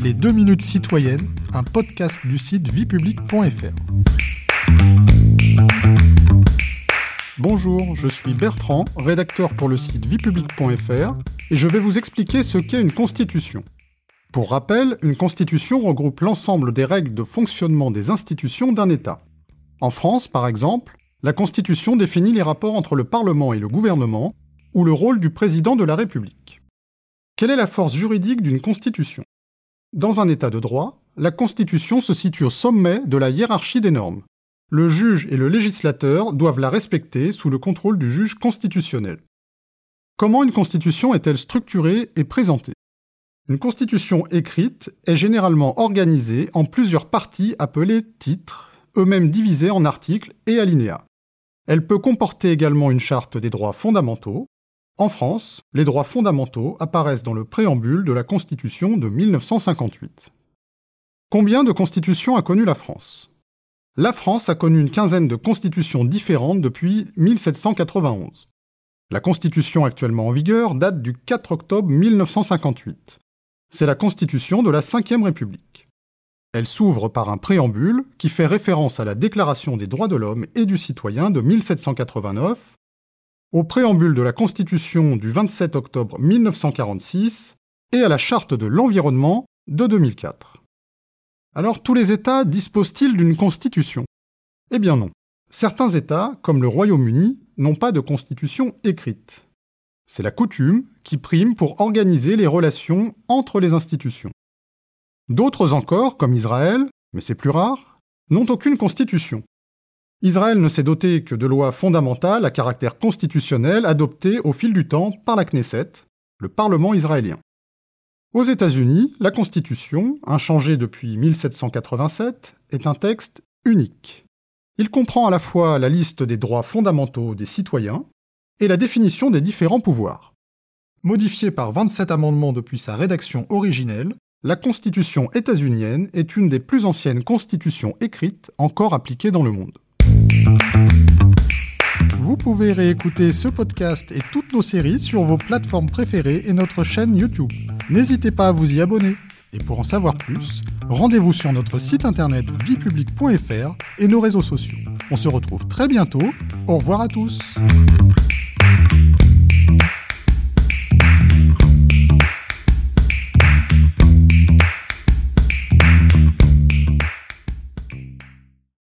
Les 2 minutes citoyennes, un podcast du site viepublique.fr. Bonjour, je suis Bertrand, rédacteur pour le site viepublique.fr et je vais vous expliquer ce qu'est une constitution. Pour rappel, une constitution regroupe l'ensemble des règles de fonctionnement des institutions d'un État. En France, par exemple, la Constitution définit les rapports entre le Parlement et le gouvernement, ou le rôle du président de la République. Quelle est la force juridique d'une Constitution ? Dans un État de droit, la Constitution se situe au sommet de la hiérarchie des normes. Le juge et le législateur doivent la respecter sous le contrôle du juge constitutionnel. Comment une Constitution est-elle structurée et présentée ? Une Constitution écrite est généralement organisée en plusieurs parties appelées titres, eux-mêmes divisés en articles et alinéas. Elle peut comporter également une charte des droits fondamentaux. En France, les droits fondamentaux apparaissent dans le préambule de la Constitution de 1958. Combien de constitutions a connu la France ? La France a connu une quinzaine de constitutions différentes depuis 1791. La Constitution actuellement en vigueur date du 4 octobre 1958. C'est la Constitution de la Ve République. Elle s'ouvre par un préambule qui fait référence à la Déclaration des droits de l'homme et du citoyen de 1789, au préambule de la Constitution du 27 octobre 1946 et à la Charte de l'environnement de 2004. Alors, tous les États disposent-ils d'une constitution ? Eh bien non. Certains États, comme le Royaume-Uni, n'ont pas de constitution écrite. C'est la coutume qui prime pour organiser les relations entre les institutions. D'autres encore, comme Israël, mais c'est plus rare, n'ont aucune constitution. Israël ne s'est doté que de lois fondamentales à caractère constitutionnel adoptées au fil du temps par la Knesset, le Parlement israélien. Aux États-Unis, la Constitution, inchangée depuis 1787, est un texte unique. Il comprend à la fois la liste des droits fondamentaux des citoyens et la définition des différents pouvoirs. Modifiée par 27 amendements depuis sa rédaction originelle, la Constitution états-unienne est une des plus anciennes constitutions écrites encore appliquées dans le monde. Vous pouvez réécouter ce podcast et toutes nos séries sur vos plateformes préférées et notre chaîne YouTube. N'hésitez pas à vous y abonner. Et pour en savoir plus, rendez-vous sur notre site internet viepublique.fr et nos réseaux sociaux. On se retrouve très bientôt. Au revoir à tous.